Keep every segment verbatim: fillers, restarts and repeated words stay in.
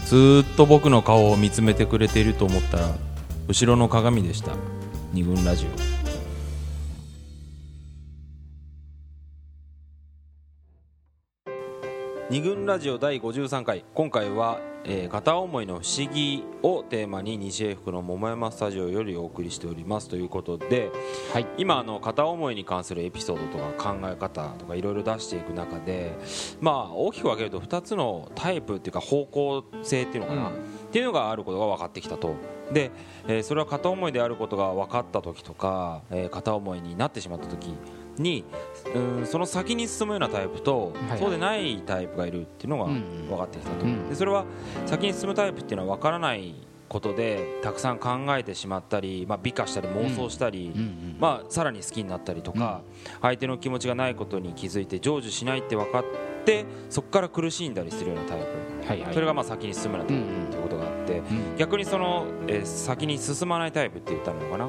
ずーっと僕の顔を見つめてくれていると思ったら後ろの鏡でした。二軍ラジオ。二軍ラジオだいごじゅうさんかい、今回は、えー、片思いの不思議をテーマに西英福の桃山スタジオよりお送りしておりますということで、はい、今あの片思いに関するエピソードとか考え方とかいろいろ出していく中で、まあ大きく分けるとふたつのタイプっていうか方向性っていうのかな、うん、っていうのがあることが分かってきたと。で、えー、それは片思いであることが分かった時とか、えー、片思いになってしまった時に、うん、その先に進むようなタイプと、はいはい、そうでないタイプがいるっていうのが分かってきたと、うん、でそれは先に進むタイプっていうのは分からないことでたくさん考えてしまったり、まあ、美化したり妄想したり、うんうんうんまあ、さらに好きになったりとか、うん、相手の気持ちがないことに気づいて成就しないって分かってそこから苦しんだりするようなタイプ、はいはい、それがまあ先に進むようなタイプっていうことがあって、うんうん、逆にその、えー、先に進まないタイプって言ったのかな、うん、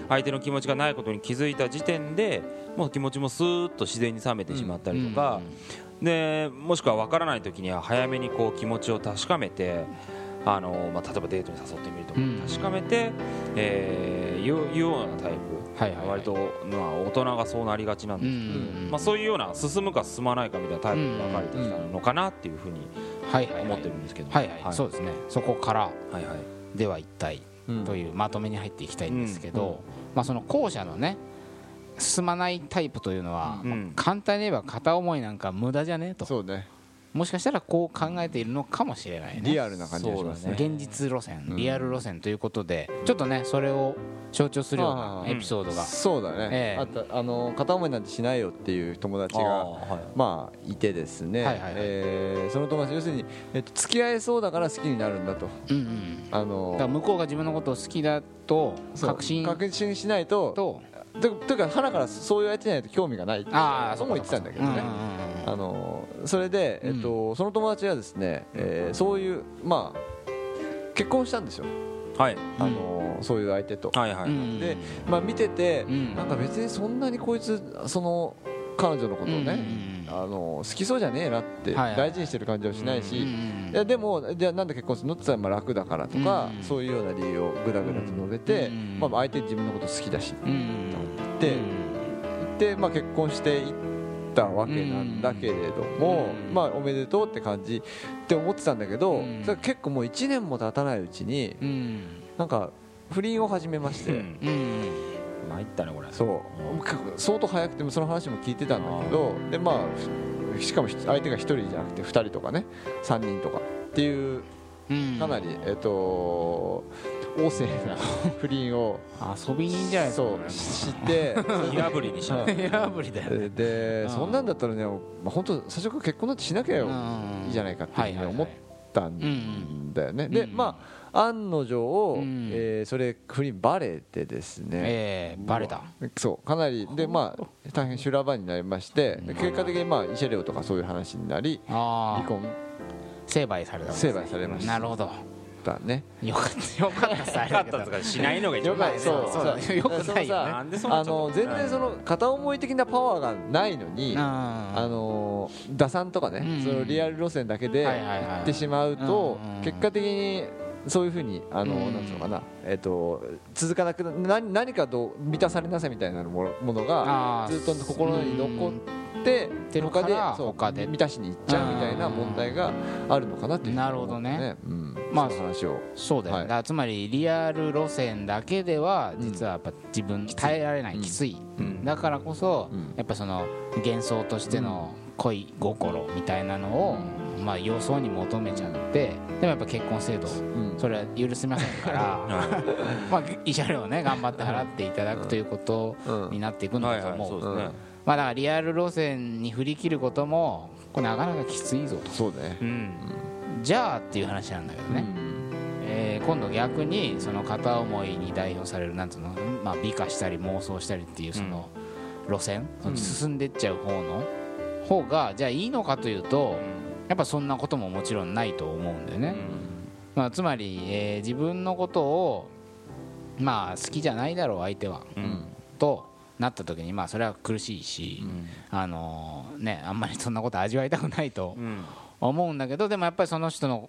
相手の気持ちがないことに気づいた時点でもう気持ちもスーッと自然に冷めてしまったりとか、うん、でもしくは分からない時には早めにこう気持ちを確かめてあのまあ、例えばデートに誘ってみるとか確かめて、えー、いういうようなタイプ、はいはいはい、割と、まあ、大人がそうなりがちなんですけど、うんうんまあ、そういうような進むか進まないかみたいなタイプに分かれてきたのかなっていうふうに思ってるんですけど、 はいはいはい、そうですね。そこから、はいはい、では一体というまとめに入っていきたいんですけど、うんうんまあ、その後者のね進まないタイプというのは、うん、簡単に言えば片思いなんか無駄じゃねえと。 そうね。 もしかしたらこう考えているのかもしれないね。 リアルな感じがしますね。 現実路線、リアル路線ということで、うん、ちょっとねそれを象徴するようなエピソードが、うん、 そうだね、えー、あとあの片思いなんてしないよっていう友達が、はい、まあいてですね、はいはいはいえー、その友達要するに、えっと、付き合えそうだから好きになるんだと、うんうん、あのだから向こうが自分のことを好きだと確信確信しないととというか花からそういう相手じゃないと興味がないってそうも言ってたんだけどね、あのそれで、えっと、その友達はですね、えー、そういうまあ結婚したんですよ、はいあのそういう相手と、はいはい、で、まあ、見てて、うん、なんか別にそんなにこいつその彼女のことをね、うん、あの好きそうじゃねえなって大事にしてる感じはしないし、はいはい、いやでもじゃあなんで結婚するのって言ったらまあ楽だからとか、うん、そういうような理由をぐだぐだと述べて、うんまあ、相手自分のこと好きだし、うん、って言って、まあ、結婚していったわけなんだけれども、うんまあ、おめでとうって感じって思ってたんだけど、うん、それ結構もういちねんも経たないうちに、うん、なんか不倫を始めまして、うんうん参ったねこれ。 そう相当早くてその話も聞いてたんだけどで、まあ、しかも相手がひとりじゃなくてふたりとかねさんにんとかっていうかなり、えー、と旺盛な不倫を遊び人じゃないですかそうして火あぶりにしない火あぶりだよね。 でそんなんだったらね、まあ、本当最初から結婚なんてしなきゃいいじゃないかっていうふうに思ったんだよね。でまあ案の定、うんえー、それ不倫バレてですね、 えー、バレたそうかなりでまあ大変修羅場になりまして結果的にまあ慰謝料とかそういう話になり離婚成敗された成敗されました。 なるほどだね。 よかったよかったさよかったとかしないのが一番そうそうよくないよね。あの全然その片思い的なパワーがないのにあの打算とかね、うん、そのリアル路線だけで行ってしまうと結果的にそういうふうにあの、うん、なんていうのかな、えー、と続かなく何何かと満たされなさいみたいなものがずっと心に残って他で他で満たしにいっちゃうみたいな問題があるのかなっていう、ね、 なるほどね、 うん、まあその話をそうだよ、はい、だからつまりリアル路線だけでは実はやっぱ自分耐えられない、うん、きつい、うん、だからこそ、うん、やっぱその幻想としての恋心みたいなのを、うんまあ、様相に求めちゃってでもやっぱ結婚制度、うん、それは許せませんからまあ慰謝料をね頑張って払っていただくということになっていくのだと思う。まあだからリアル路線に振り切ることもこれなかなかきついぞと。 そうね、うん、 じゃあっていう話なんだけどね、うんえー、今度逆にその片思いに代表されるなんつうの、まあ、美化したり妄想したりっていうその路線、うん、進んでっちゃう方の方がじゃあいいのかというと、やっぱそんなことももちろんないと思うんだよね、うんまあ、つまり、えー、自分のことをまあ好きじゃないだろう相手は、うん、となった時にまあそれは苦しいし、うん、あのーね、あんまりそんなこと味わいたくないと思うんだけど、でもやっぱりその人の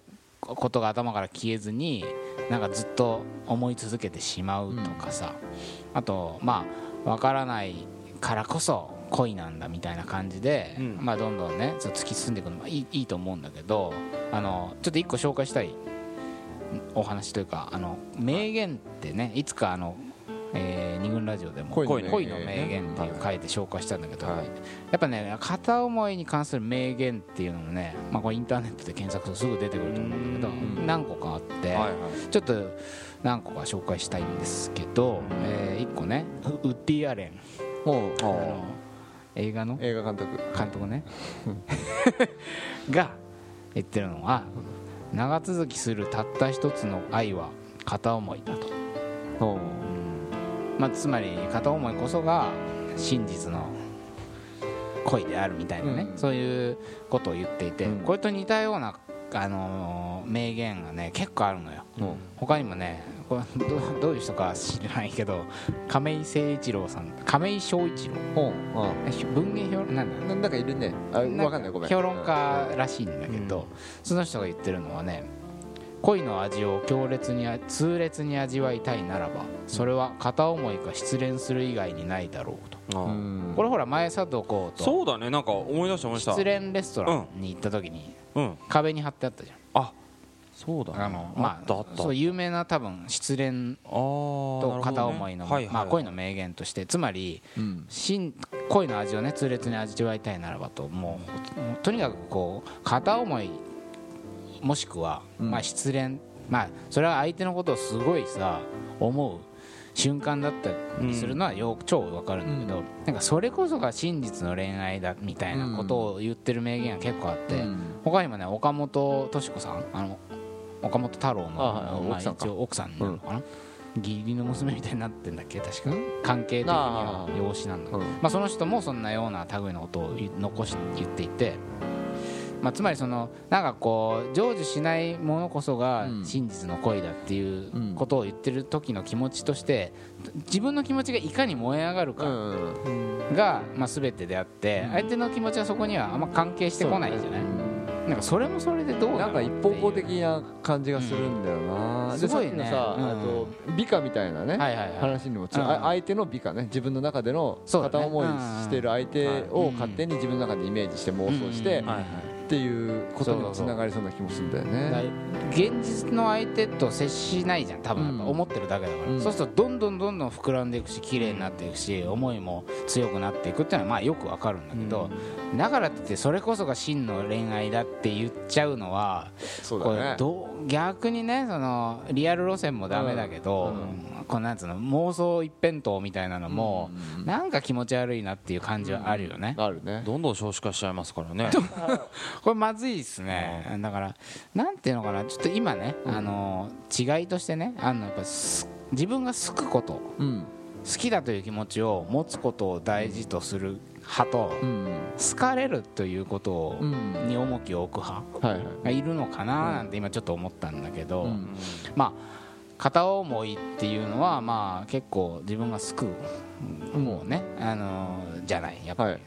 ことが頭から消えずになんかずっと思い続けてしまうとかさ、あとまあ分からないからこそ恋なんだみたいな感じで、うん、まあどんどんね突き進んでいくのもいい、いいと思うんだけど、あのちょっと一個紹介したいお話というか、あの名言ってね、いつかあの、えー、二軍ラジオでも恋の名言っていう回で紹介したんだけど、はい、やっぱね片思いに関する名言っていうのもね、まあ、これインターネットで検索するとすぐ出てくると思うんだけど、何個かあって、はいはい、ちょっと何個か紹介したいんですけど、えー、いっこねウッディ・アレン、あの映画の映画監督監督ねが言ってるのは、長続きするたった一つの愛は片思いだと、うんまあ、つまり片思いこそが真実の恋であるみたいなね、うん、そういうことを言っていて、うん、これと似たような、あのー、名言がね結構あるのよ、うん、他にもねこれ ど, どういう人か知らないけど、亀井誠一郎さん、亀井正一郎、文芸評論なんだなんかいるね、あ分かんないごめん、 評論家らしいんだけど、うん、その人が言ってるのはね、恋の味を強烈に痛烈に味わいたいならばそれは片思いか失恋する以外にないだろうと。うん、これほら前佐藤浩とそうだね、なんか思い出した思い出した、 失恋レストランに行った時に、うん、壁に貼ってあったじゃん。あそうだね、 あのまあそう有名な多分失恋と片思いの、ねはいはいはい、まあ、恋の名言として、つまり、うん、恋の味をね痛烈に味わいたいならばと、もうとにかくこう片思いもしくは、まあ、失恋、うん、まあそれは相手のことをすごいさ思う瞬間だったりするのはよく超わかるんだけど、うん、なんかそれこそが真実の恋愛だみたいなことを言ってる名言が結構あって、うん、他にもね岡本敏子さん、あの岡本太郎の、まあ、一応奥さんなのかな、うん、義理の娘みたいになってんだっけ確か、関係的には養子なんだけど、うん、まあ、その人もそんなような類のことを残して言っていて、まあ、つまりそのなんかこう成就しないものこそが真実の恋だっていうことを言ってる時の気持ちとして、自分の気持ちがいかに燃え上がるかがまあ全てであって、相手の気持ちはそこにはあんま関係してこないじゃない。なんかそれもそれでどうなんか一方向的な感じがするんだよな、うん、でさっきのさ、うん、あと美化みたいなね、はいはいはい、話にもつ、うん、相手の美化ね、自分の中での片思いしてる相手を勝手に自分の中でイメージして妄想して、うんうんはいはい、っていうことにもつながりそうな気もするんだよね。 現実の相手と接しないじゃん多分、思ってるだけだから、うん、そうするとどんどんどんどん膨らんでいくし綺麗になっていくし、思いも強くなっていくっていうのはまあよくわかるんだけど、うん、だからって言ってそれこそが真の恋愛だって言っちゃうのはそうだね、これど逆にね、そのリアル路線もダメだけど、うんうん、このなんつうの妄想一辺倒みたいなのも、うんうん、なんか気持ち悪いなっていう感じはあるよね、 うん、あるね。 どんどん少子化しちゃいますからねこれまずいですね、うん、だからなんていうのかな、ちょっと今ね、うん、あの違いとしてね、あのやっぱ自分が好くこと、うん、好きだという気持ちを持つことを大事とする派と、うん、好かれるということを、うん、に重きを置く派がいるのかななんて今ちょっと思ったんだけど、うん、まあ片思いっていうのはまあ結構自分が好くもうね、あのー、じゃないやっぱり、はい、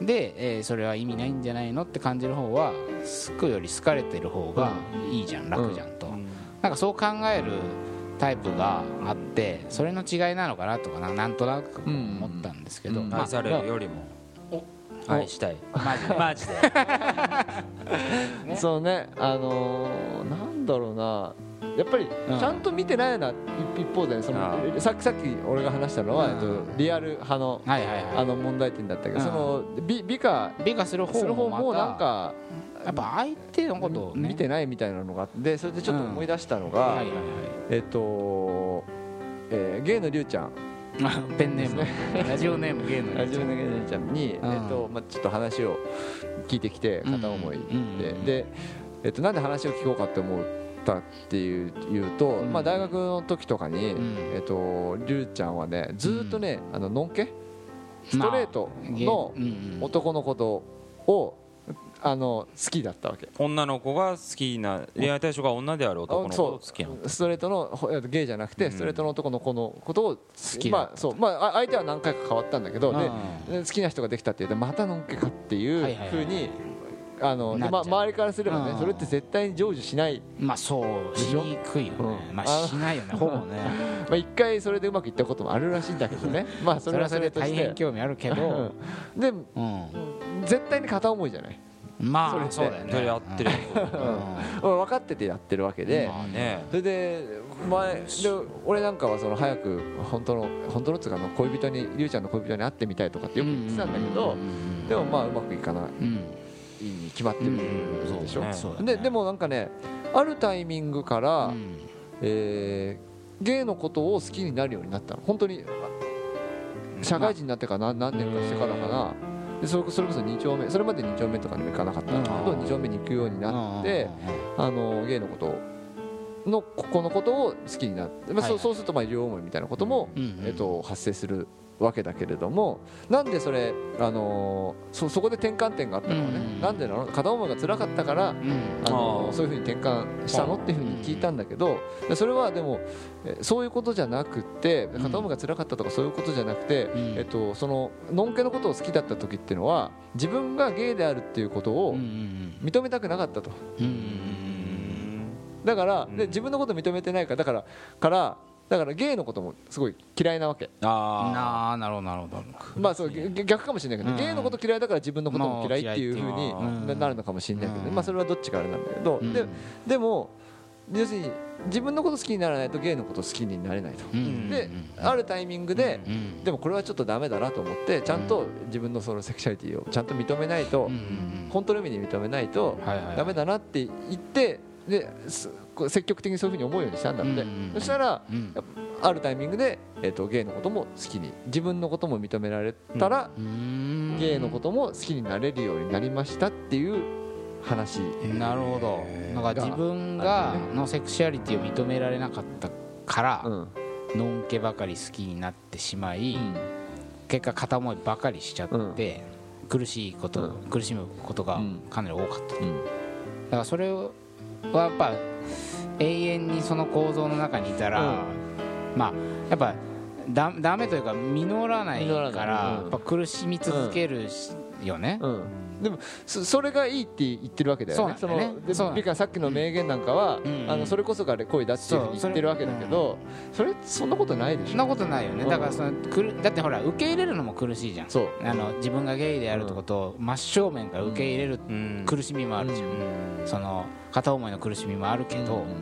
で、えー、それは意味ないんじゃないのって感じる方は好くより好かれてる方がいいじゃん、楽じゃんと、うん、なんかそう考えるタイプがあって、それの違いなのかなとか な, なんとなく思ったんですけど、うんうん、 愛されるよりも愛したいマジでマジでね、そうね、あのー、なんだろうな、やっぱりちゃんと見てないな、うん、一方で、ね、そのさっきさっき俺が話したのは、うん、リアル派の、はいはいはい、あの問題点だったけど、うん、その美美化美化する方ももなんかやっぱ相手のことを、ね、 見てないみたいなのがあって、それでちょっと思い出したのが、うんはいはいはい、えっと、えー、ゲイのりゅうちゃんペンネームラジオネームゲイのラジオネームゲイのりゅうちゃんに、うん、えっとまあ、ちょっと話を聞いてきて、片思いで、うんうんうん、で、えっと、なんで話を聞こうかって思ったっていう言うと、うん、まあ、大学の時とかに、うん、えっと、りゅうちゃんはねずっとね、うん、あののんけストレートの男のことをあの好きだったわけ。 女の子が好きな、恋愛対象が女である男の子を好きなの。 ストレートのゲイじゃなくてストレートの男の子のことを好き、まあそうまあ、相手は何回か変わったんだけど、で好きな人ができたって言うとまたのんけかっていうふうにあのま、周りからすればね、うん、それって絶対に成就しない。 まあそうしにくいよね、うん、まあしないよねほぼねまあ一回それでうまくいったこともあるらしいんだけどねまあそれはそれとして大変興味あるけどで、うん、絶対に片思いじゃない。 まあそうだよねやってるうん、分かっててやってるわけで、まあね、それで前で俺なんかはその早く本当の本当のつうかの恋人にりゅうちゃんの恋人に会ってみたいとかってよく言ってたんだけど、でもまあうまくいかない、うん、いいに決まってるでしょ、うん、ででもなんかねあるタイミングから、うん、えー、ゲイのことを好きになるようになったの。本当に社会人になってから何年かしてからかな。でそれこそに丁目、それまでに丁目とかにも行かなかったんだけどに丁目に行くようになって、あのゲイのことのここのことを好きになって、まあ、そうそうするとまあ両思いみたいなことも、えっと、発生するわけだけれども、なんでそれ、あのー、そ, そこで転換点があったのはね、うんうん、なんでなの片思いが辛かったから、うん、あのー、そういうふうに転換したのっていうふうに聞いたんだけど、それはでもそういうことじゃなくて、片思いが辛かったとかそういうことじゃなくて、うん、えっと、そののんけのことを好きだった時っていうのは自分がゲイであるっていうことを認めたくなかったと、うんうん、だからで自分のことを認めてないからだからからだからゲイのこともすごい嫌いなわけ。 ああ、なるほどなるほど。 まあそう逆かもしれないけど、うん、ゲイのこと嫌いだから自分のことも嫌いっていう風になるのかもしれないけど、ね、まあそれはどっちかあれなんだけど、うん、ででも要するに自分のこと好きにならないとゲイのこと好きになれないと、うん、であるタイミングで、うん、でもこれはちょっとダメだなと思ってちゃんと自分のそのセクシャリティをちゃんと認めないと、うん、本当の意味で認めないとダメだなって言ってで積極的にそういうふうに思うようにしたんだって、うん、そしたら、うん、あるタイミングで、えーと、ゲイのことも好きに自分のことも認められたら、うん、ゲイのことも好きになれるようになりましたっていう話。 なるほど。なんか自分がのセクシュアリティを認められなかったから、うん、のんけばかり好きになってしまい、うん、結果片思いばかりしちゃって、うん、苦しいこと、うん、苦しむことがかなり多かった、うん、だからそれはやっぱ永遠にその構造の中にいたら、うん、まあやっぱだダメというか実らないから、やっぱ苦しみ続けるよね、うんうん、 でも そ, それがいいって言ってるわけだよね。そので美香さっきの名言なんかは、うん、あのそれこそが恋だっていうふうに言ってるわけだけど、それそんなことないでしょ。 そんなことないよね、うん、だからそのくるだってほら受け入れるのも苦しいじゃん。そうあの自分がゲイであるってことを真正面から受け入れる苦しみもあるじゃん、うん、その片思いの苦しみもあるけど、うん、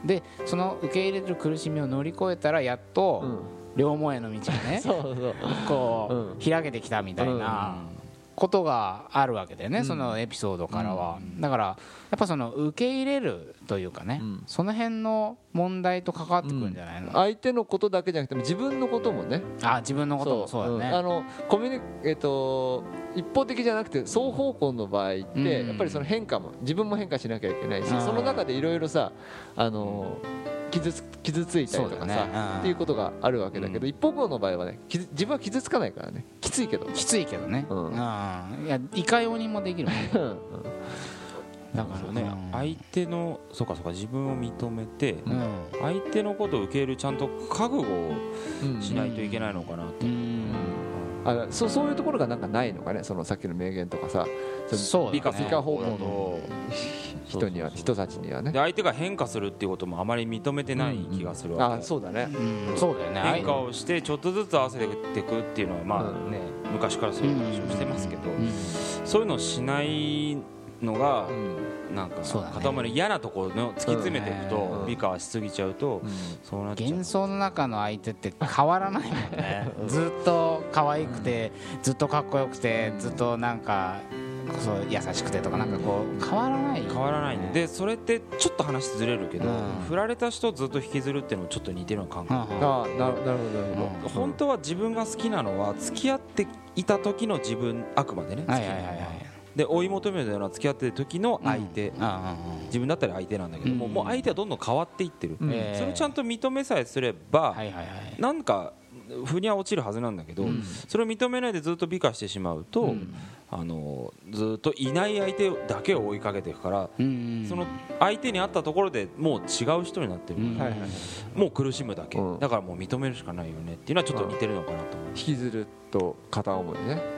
でその受け入れる苦しみを乗り越えたらやっと、うん、両思いの道がねそうそうこう、うん、開けてきたみたいなことがあるわけだよね、うん、そのエピソードからは、うん、だからやっぱその受け入れるというかね、うん、その辺の問題と関わってくるんじゃないの、 うん、相手のことだけじゃなくて自分のこともね。 あ自分のこともそうだね、 うん、あのコミュニ、えー、と一方的じゃなくて双方向の場合ってやっぱりその変化も自分も変化しなきゃいけないし、その中でいろいろさあの傷つ、傷ついたりとかさ、ね、っていうことがあるわけだけど、うん、一方向の場合はね自分は傷つかないからね。きついけどきついけどね、うん、いやいかようにもできるもんねだからね、うん、相手のそうかそうか自分を認めて、うん、相手のことを受け入れるちゃんと覚悟をしないといけないのかなって、うんうんあ そ, そういうところがなんかないのかね。そのさっきの名言とかさそう、ね、 美化方向の人には人たちにはねで相手が変化するっていうこともあまり認めてない気がするわけ、うん、 あそうだね、 うん、そうだよね。 変化をしてちょっとずつ合わせていくっていうのはまあね、うん、昔からそういう話をしてますけど、うん、そういうのをしないのが、うんなんか片思いの嫌なところの突き詰めていくと美化しすぎちゃうとそうなっちゃう。 幻想の中の相手って変わらないもんねずっと可愛くてずっとかっこよくてずっとなんかそう優しくてとかなんかこう変わらない変わらないね。でそれってちょっと話ずれるけど、うん、振られた人をずっと引きずるっていうのもちょっと似てるような感覚、うん、 あなるほどなるほど、 本当は自分が好きなのは付き合っていた時の自分あくまでね好きなのはで追い求めるような付き合ってる時の相手、うん、自分だったら相手なんだけども、うん、もう相手はどんどん変わっていってる、うん、それをちゃんと認めさえすれば、はいはいはい、なんか腑には落ちるはずなんだけど、うん、それを認めないでずっと美化してしまうと、うん、あのずっといない相手だけを追いかけていくから、うん、その相手に会ったところでもう違う人になってるから、うん、もう苦しむだけ、うん、だからもう認めるしかないよねっていうのはちょっと似てるのかなと思う。 引きずると片思いね、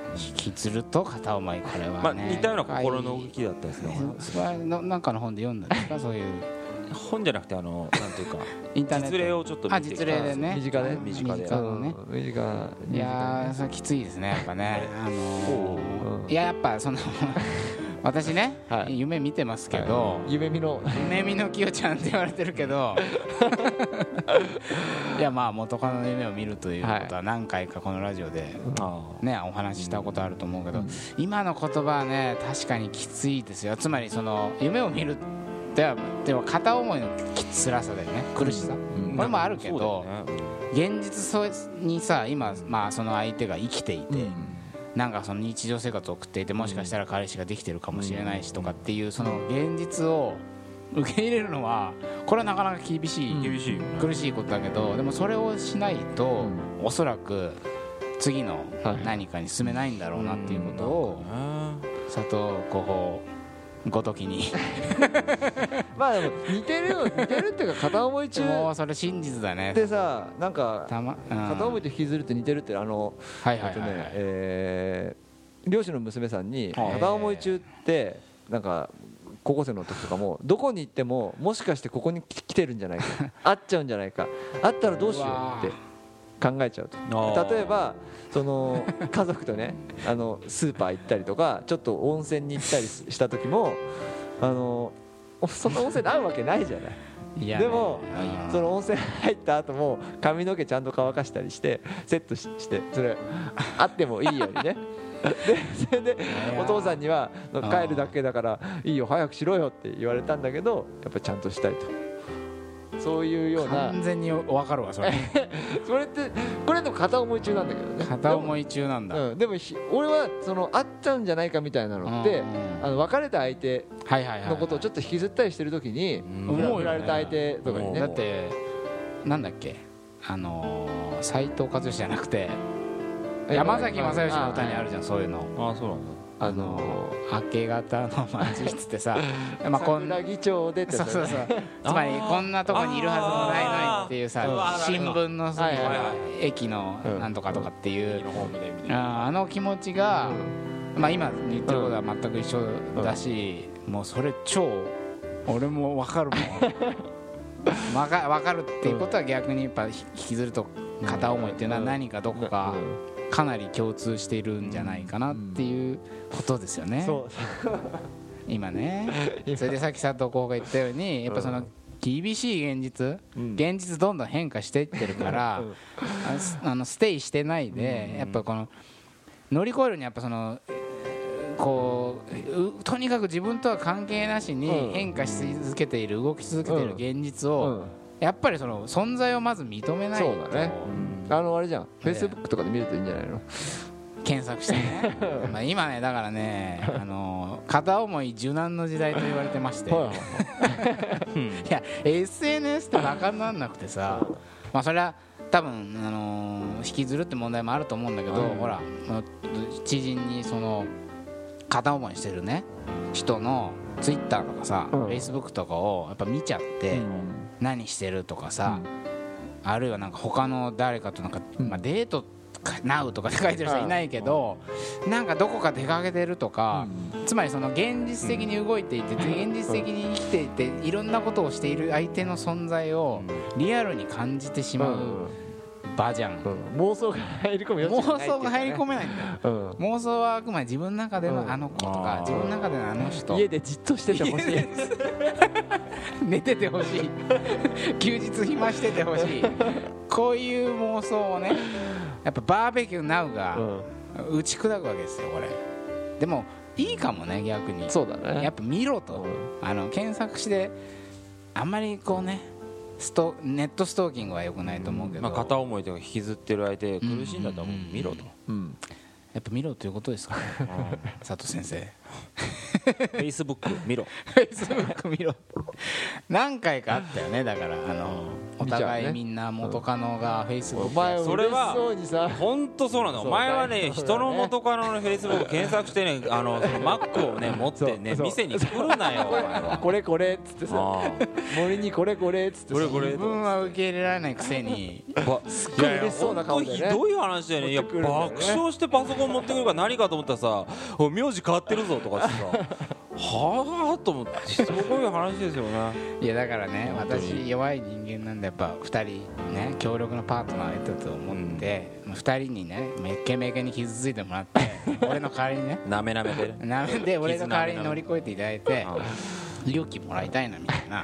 引きずると片思い、これはね、 まあ、似たような心の動きだったですね。 それはなんかの本で読んだんですか？そういう本じゃなくて、あのなんていうかインターネット実例をちょっと見てきた。 あ、実例でね、 身近で身近で、 身近のね、 身近、 いやーそれきついですね、やっぱね。あのー、いややっぱその私ね、はい、夢見てますけど、 はい、夢見の夢見のきよちゃんって言われてるけどいやまあ元カノの夢を見るということは何回かこのラジオで、ね、お話ししたことあると思うけど、今の言葉はね確かにきついですよ。つまりその夢を見るってはでも片思いの辛さだよね、苦しさ、うん、これもあるけど、ね、現実にさ今、まあ、その相手が生きていて、うん、なんかその日常生活を送っていて、もしかしたら彼氏ができてるかもしれないしとかっていうその現実を受け入れるのはこれはなかなか厳しい、厳しい苦しいことだけど、でもそれをしないとおそらく次の何かに進めないんだろうなっていうことを佐藤候補ごときにまあでも似てるよ、似てるっていうか片思い中もうそれ真実だねでさ、なんか片思いと引きずるって似てるってあの漁師の娘さんに片思い中ってなんか高校生の時とかもどこに行ってももしかしてここに来てるんじゃないか会っちゃうんじゃないか、会ったらどうしようって考えちゃうと。例えばその家族とねあのスーパー行ったりとかちょっと温泉に行ったりした時もあのそんな温泉に合うわけないじゃない。いやね、でもその温泉入った後も髪の毛ちゃんと乾かしたりしてセット し, してそれあってもいいようにねでそれでお父さんには帰るだけだからいいよ早くしろよって言われたんだけど、やっぱりちゃんとしたいと、そういうような。 完全に分かるわそれそれってこれでも片思い中なんだけどね。 片思い中なんだ。 でも、うん、でも俺はその会っちゃうんじゃないかみたいなのって、うん、あの別れた相手のことをちょっと引きずったりしてる時に振られた相手とかにね。 だってなんだっけ、あのー、斉藤和義じゃなくて山崎正義の歌にあるじゃん、そういうの。 ああそうなんだ。 あのー、明け方の街っつってさまあこん桜木町でってそうそうそうつまりこんなとこにいるはずもないのにっていうさ、新聞のその駅のなんとかとかっていうあの気持ちが、まあ今言ってることは全く一緒だし、もうそれ超俺も分かるもん分か、分かるっていうことは逆にやっぱ引きずると片思いっていうのは何かどこかかなり共通しているんじゃないかなっていうことですよね。そう今ね。それでさっき佐藤候補が言ったようにやっぱその厳しい現実、現実どんどん変化していってるからあのステイしてないでやっぱこの乗り越えるにやっぱそのこうとにかく自分とは関係なしに変化し続けている、動き続けている現実をやっぱりその存在をまず認めないと。 そうだね、あのあれじゃん、フェイスブックとかで見るといいんじゃないの。 検索してねまあ今ねだからねあの片思い受難の時代と言われてましていや エスエヌエス ってバカにならなくてさ、まあそれは多分あの引きずるって問題もあると思うんだけど、ほら知人にその片思いしてるね人のツイッターとかさ、フェイスブックとかをやっぱ見ちゃって、何してるとかさ、あるいはなんか他の誰かとなんか、まあ、デートナウとかって書いてる人いないけど、なんかどこか出かけてるとか、つまりその現実的に動いていて現実的に生きていていろんなことをしている相手の存在をリアルに感じてしまう場じゃん、 うん、妄想が入り込むよ、 妄想が入り込めないんだよ、うん、妄想はあくまで自分の中でのあの子とか、うん、自分の中でのあの人、 家でじっとしててほしい寝ててほしい休日暇しててほしいこういう妄想をねやっぱバーベキューナウが打ち砕くわけですよこれ。でもいいかもね逆に。 そうだね、 やっぱ見ろと、うん、あの検索してあんまりこうねストネットストーキングは良くないと思うけど、 まあ、片思いとか引きずってる相手苦しいんだったらもう見ろと、 うんうんうん、やっぱ見ろということですかね佐藤先生フェイスブック見ろフェイスブック見ろ何回かあったよね。だからあの互いみんな元カノがフェイスブック、 お前それは嬉しそうにさ本当そうなの。お前はね人の元カノのフェイスブック検索してね、あのそのマックをね持ってね店に来るなよ。 これこれっつってさ、森にこれこれっつってさ、 自分は受け入れられないくせにすっごい嬉しそうな顔でね。 ひどい話だよね。いや爆笑してパソコン持ってくるから何かと思ったらさ、名字変わってるぞとかってさはぁと思って、すごい話ですよね。 いやだからね、私弱い人間なんでやっぱふたりね強力なパートナーを得たと思って、うん、ふたりにねめっけめけに傷ついてもらって俺の代わりにねなめなめでなめで俺の代わりに乗り越えていただいて勇気もらいたいなみたいな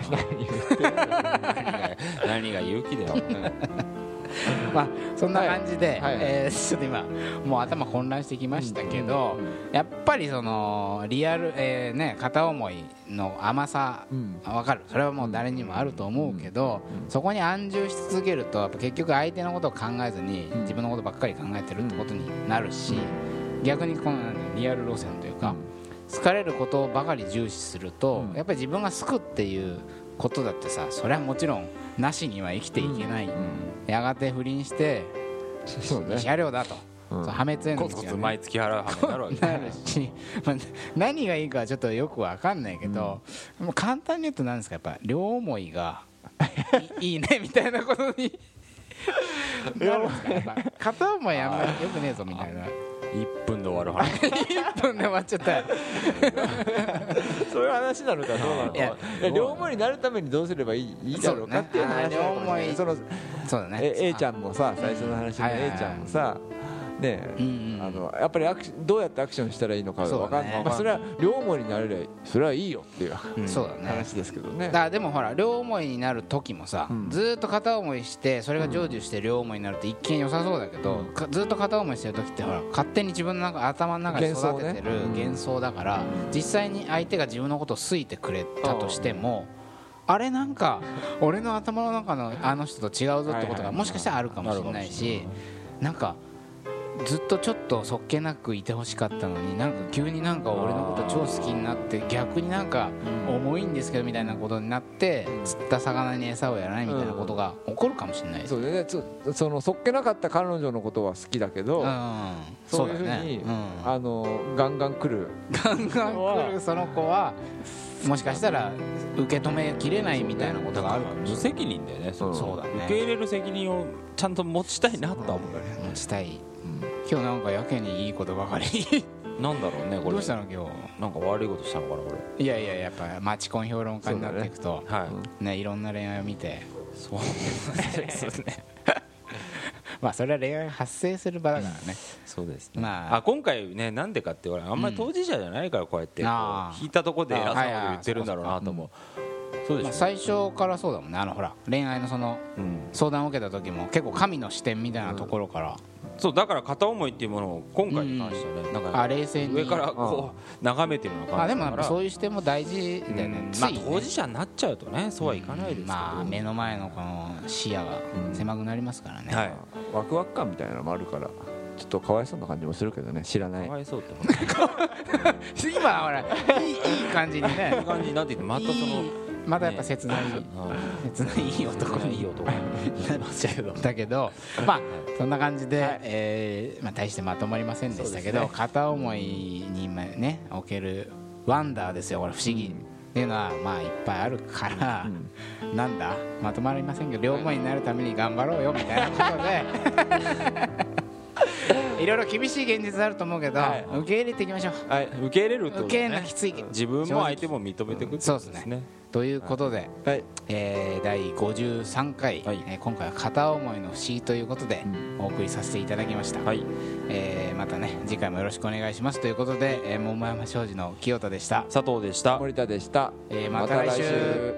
何が勇気だよまあそんな感じで、はいはい、えー、ちょっと今もう頭混乱してきましたけど、うんうん、やっぱりそのリアル、えーね、片思いの甘さ、うん、分かる、それはもう誰にもあると思うけど、うん、そこに安住し続けるとやっぱ結局相手のことを考えずに自分のことばっかり考えてるってことになるし、逆にこのリアル路線というか好かれることばかり重視すると、やっぱり自分が好くっていうことだってさ、それはもちろんなしには生きていけない、うんうん、やがて不倫して慰謝料だと、うん、破滅への道が、ね、 コツコツ毎月払う羽目になるわけなるし、まあ、何がいいかはちょっとよく分かんないけど、うん、もう簡単に言うと何ですか、やっぱ両思いがい, いいねみたいなことになるんですか、やっぱ片思いあんまりよくねえぞみたいな。 いっぷんで終わる話いっぷんで終わっちゃったそういう話なのかどうなのか。いや両思いになるためにどうすればい い, いいだろうかっていう話なのかもしれない。そのそうだね、A ちゃんもさ、最初の話の A ちゃんもさね、うんうん、あのやっぱりアクシどうやってアクションしたらいいのか分かんない、ね、まあ、それは両思いになれればそれはいいよっていう、うん、そうだね、話ですけどね。 だからでもほら両思いになる時もさ、うん、ずっと片思いしてそれが成就して両思いになるって一見良さそうだけど、うん、ずっと片思いしてる時ってほら勝手に自分の中頭の中で育ててる幻想だから、ね、うん、実際に相手が自分のことを好いてくれたとしても、あれなんか俺の頭の中のあの人と違うぞってことがもしかしたらあるかもしれないし、なんかずっとちょっとそっけなくいてほしかったのに、なんか急になんか俺のこと超好きになって逆になんか重いんですけどみたいなことになって釣った魚に餌をやらないみたいなことが起こるかもしれないです、 うん、そうね、そ, そのそっけなかった彼女のことは好きだけど、うん、そういうふうに、ね、うん、あのガンガン来るガンガン来るその子はもしかしたら受け止めきれないみたいなことがあるかもしれない。 無責任だよね。 そうそうだね、 受け入れる責任をちゃんと持ちたいなとは思うよね、 持ちたい。今日なんかやけにいいことばかりなんだろうねこれ。 どうしたの今日。 なんか悪いことしたのかなこれ。 いやいややっぱマチコン評論家になっていくと、ね、はい、ね、いろんな恋愛を見て、 そうですねまあそれは恋愛発生する場だからね。 そうですね、まあ、あ今回ねなんでかって俺あんまり当事者じゃないからこうやってこう引いたところで偉そうなこと言ってるんだろうなと思う。そうですね、まあ、 最初からそうだもんね。あのほら恋愛のその相談を受けた時も結構神の視点みたいなところから、 うん、そうだから片思いっていうものを今回に関してはね、うん、なんかあ冷静に上からこう眺めてるのかな。 あでもやっぱそういう視点も大事だよね、うん、 まあ、当事者になっちゃうとねそうはいかないですけど、うん、 まあ目の前のこの視野が狭くなりますからね、うん、はい、 ワクワク感みたいなのもあるからちょっとかわいそうな感じもするけどね、知らない。 かわいそうって今ほらいい、いい感じにねいい感じになっていてまたそのいいまたやっぱ切ない、ね、切ないいい男にいい男になっちゃうだけど、まあそんな感じで、はい、えーまあ、大してまとまりませんでしたけど、ね、片思いにねおけるワンダーですよこれ、不思議、うん、っていうのはまあいっぱいあるから、うん、なんだまとまりませんけど両思いになるために頑張ろうよみたいなことでいろいろ厳しい現実あると思うけど、はい、受け入れていきましょう、 はい、受け入れるってこと、ね、 受け入れるのきつい、 自分も相手も認めていくってことですね、そうですね。 ということで、はい、えー、だいごじゅうさんかい、はい、えー、今回は片思いの不思議ということでお送りさせていただきました、はい、えー、またね次回もよろしくお願いしますということで、えー、桃山商事の清田でした、 佐藤でした、 森田でした、 えー、また来週、また来週。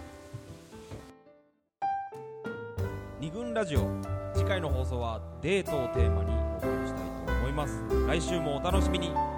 二軍ラジオ次回の放送はデートをテーマにお送りしたいと思います。来週もお楽しみに。